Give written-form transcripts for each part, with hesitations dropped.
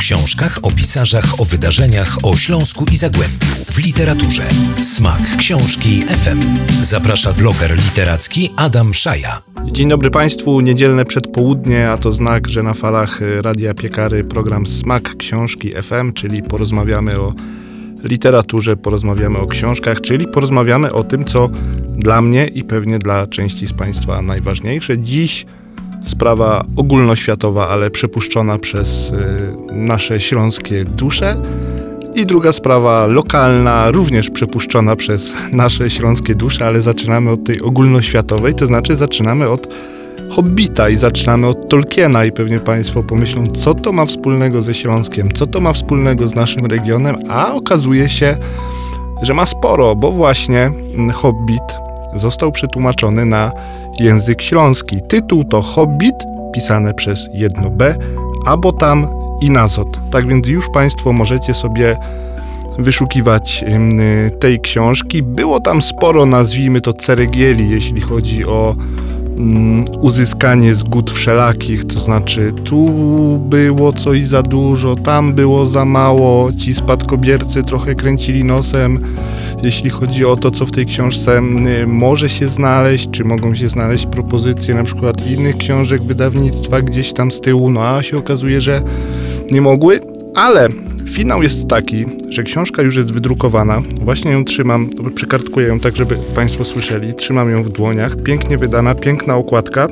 książkach, o pisarzach, o wydarzeniach, o Śląsku i Zagłębiu, w literaturze. Smak Książki FM. Zaprasza bloger literacki Adam Szaja. Dzień dobry Państwu, niedzielne przedpołudnie, a to znak, że na falach Radia Piekary program Smak Książki FM, czyli porozmawiamy o literaturze, porozmawiamy o książkach, czyli porozmawiamy o tym, co dla mnie i pewnie dla części z Państwa najważniejsze. Dziś sprawa ogólnoświatowa, ale przepuszczona przez nasze śląskie dusze. I druga sprawa lokalna, również przepuszczona przez nasze śląskie dusze, ale zaczynamy od tej ogólnoświatowej, to znaczy zaczynamy od Hobbita i zaczynamy od Tolkiena i pewnie Państwo pomyślą, co to ma wspólnego ze Śląskiem, co to ma wspólnego z naszym regionem, a okazuje się, że ma sporo, bo właśnie Hobbit został przetłumaczony na język śląski. Tytuł to Hobbit, pisane przez jedno B, albo tam i Nazot. Tak więc już Państwo możecie sobie wyszukiwać tej książki. Było tam sporo, nazwijmy to, ceregieli, jeśli chodzi o uzyskanie zgód wszelakich, to znaczy tu było coś za dużo, tam było za mało, ci spadkobiercy trochę kręcili nosem, jeśli chodzi o to, co w tej książce może się znaleźć, czy mogą się znaleźć propozycje na przykład innych książek wydawnictwa gdzieś tam z tyłu, no a się okazuje, że nie mogły, ale finał jest taki, że książka już jest wydrukowana, właśnie ją trzymam, przykartkuję ją tak, żeby Państwo słyszeli, trzymam ją w dłoniach, pięknie wydana, piękna okładka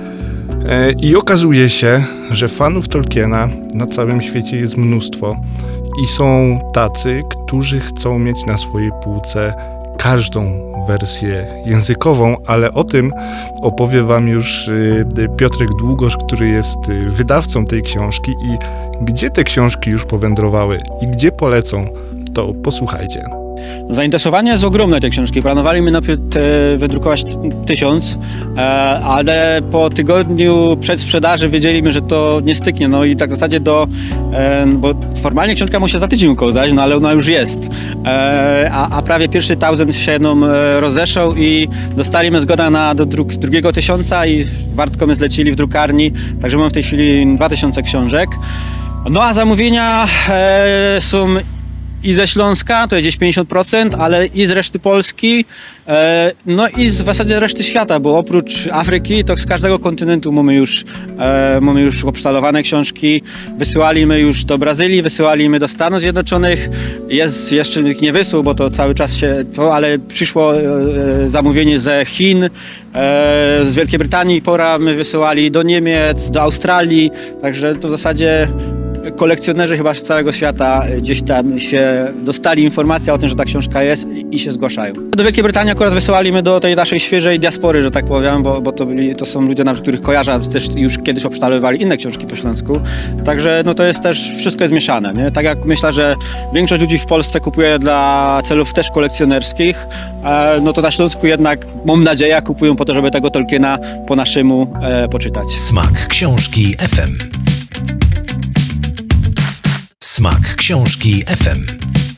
i okazuje się, że fanów Tolkiena na całym świecie jest mnóstwo i są tacy, którzy chcą mieć na swojej półce każdą wersję językową, ale o tym opowie Wam już Piotrek Długosz, który jest wydawcą tej książki i gdzie te książki już powędrowały i gdzie polecą, to posłuchajcie. Zainteresowanie jest ogromne tej książki. Planowaliśmy najpierw wydrukować 1000, ale po tygodniu przedsprzedaży wiedzieliśmy, że to nie styknie. No i tak w zasadzie bo formalnie książka musi za tydzień ukazać, no ale ona już jest. A prawie pierwszy 1000 się rozeszł i dostaliśmy zgodę na drugiego 1000 i wartko my zlecili w drukarni, także mamy w tej chwili 2000 książek. No a zamówienia są i ze Śląska, to jest gdzieś 50%, ale i z reszty Polski, no i w zasadzie reszty świata, bo oprócz Afryki, to z każdego kontynentu mamy już obsztalowane książki. Wysyłaliśmy już do Brazylii, wysyłaliśmy do Stanów Zjednoczonych. Jest jeszcze nie wysłał, bo to cały czas ale przyszło zamówienie ze Chin, z Wielkiej Brytanii my wysyłali do Niemiec, do Australii, także to w zasadzie kolekcjonerzy chyba z całego świata gdzieś tam się dostali informację o tym, że ta książka jest i się zgłaszają. Do Wielkiej Brytanii akurat wysyłaliśmy do tej naszej świeżej diaspory, że tak powiem, bo to są ludzie, których kojarzę, też już kiedyś obsztalowali inne książki po śląsku. Także no to jest też, wszystko jest mieszane, nie? Tak jak myślę, że większość ludzi w Polsce kupuje dla celów też kolekcjonerskich, no to na Śląsku jednak, mam nadzieję, kupują po to, żeby tego Tolkiena po naszemu poczytać. Smak Książki FM. Smak Książki FM.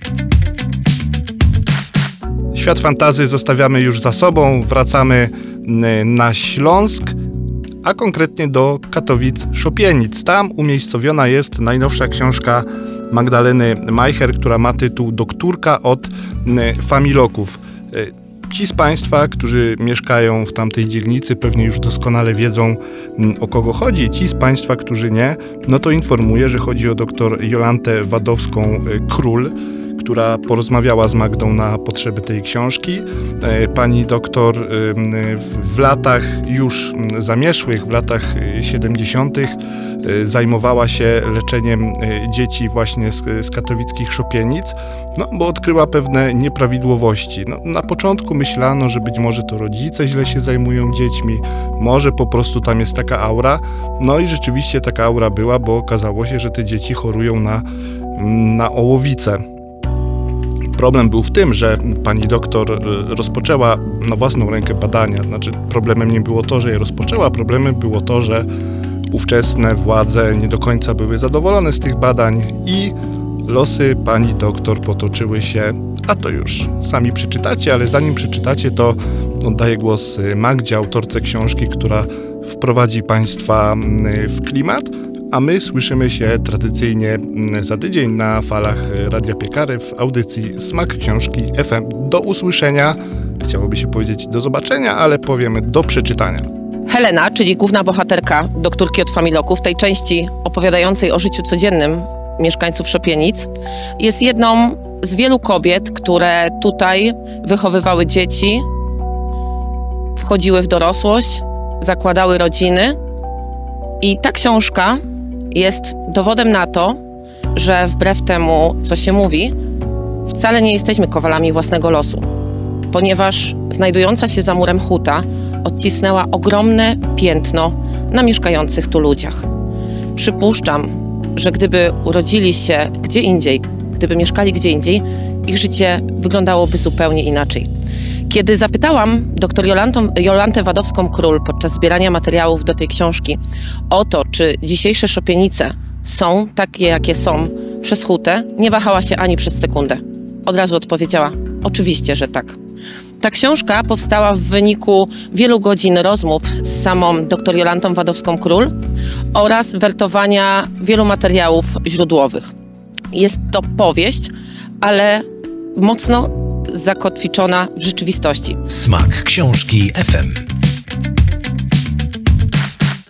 Świat fantasy zostawiamy już za sobą, wracamy na Śląsk, a konkretnie do Katowic-Szopienic. Tam umiejscowiona jest najnowsza książka Magdaleny Majcher, która ma tytuł Doktorka od Familoków. Ci z Państwa, którzy mieszkają w tamtej dzielnicy, pewnie już doskonale wiedzą, o kogo chodzi. Ci z Państwa, którzy nie, no to informuję, że chodzi o dr Jolantę Wadowską-Król, która porozmawiała z Magdą na potrzeby tej książki. Pani doktor w latach już zamieszłych, w latach 70. zajmowała się leczeniem dzieci właśnie z katowickich Szopienic, no bo odkryła pewne nieprawidłowości. No, na początku myślano, że być może to rodzice źle się zajmują dziećmi, może po prostu tam jest taka aura. No i rzeczywiście taka aura była, bo okazało się, że te dzieci chorują na ołowicę. Problem był w tym, że pani doktor rozpoczęła na własną rękę badania. Znaczy, problemem nie było to, że je rozpoczęła, problemem było to, że ówczesne władze nie do końca były zadowolone z tych badań i losy pani doktor potoczyły się, a to już sami przeczytacie, ale zanim przeczytacie, to oddaję głos Magdzie, autorce książki, która wprowadzi Państwa w klimat, a my słyszymy się tradycyjnie za tydzień na falach Radia Piekary w audycji Smak Książki FM. Do usłyszenia, chciałoby się powiedzieć do zobaczenia, ale powiemy do przeczytania. Helena, czyli główna bohaterka doktorki od Familoków, tej części opowiadającej o życiu codziennym mieszkańców Szopienic, jest jedną z wielu kobiet, które tutaj wychowywały dzieci, wchodziły w dorosłość, zakładały rodziny. I ta książka jest dowodem na to, że wbrew temu, co się mówi, wcale nie jesteśmy kowalami własnego losu, ponieważ znajdująca się za murem huta odcisnęła ogromne piętno na mieszkających tu ludziach. Przypuszczam, że gdyby urodzili się gdzie indziej, gdyby mieszkali gdzie indziej, ich życie wyglądałoby zupełnie inaczej. Kiedy zapytałam dr Jolantę Wadowską-Król podczas zbierania materiałów do tej książki o to, czy dzisiejsze Szopienice są takie, jakie są przez hutę, nie wahała się ani przez sekundę. Od razu odpowiedziała, oczywiście, że tak. Ta książka powstała w wyniku wielu godzin rozmów z samą dr Jolantą Wadowską-Król oraz wertowania wielu materiałów źródłowych. Jest to powieść, ale mocno zakotwiczona w rzeczywistości. Smak Książki FM.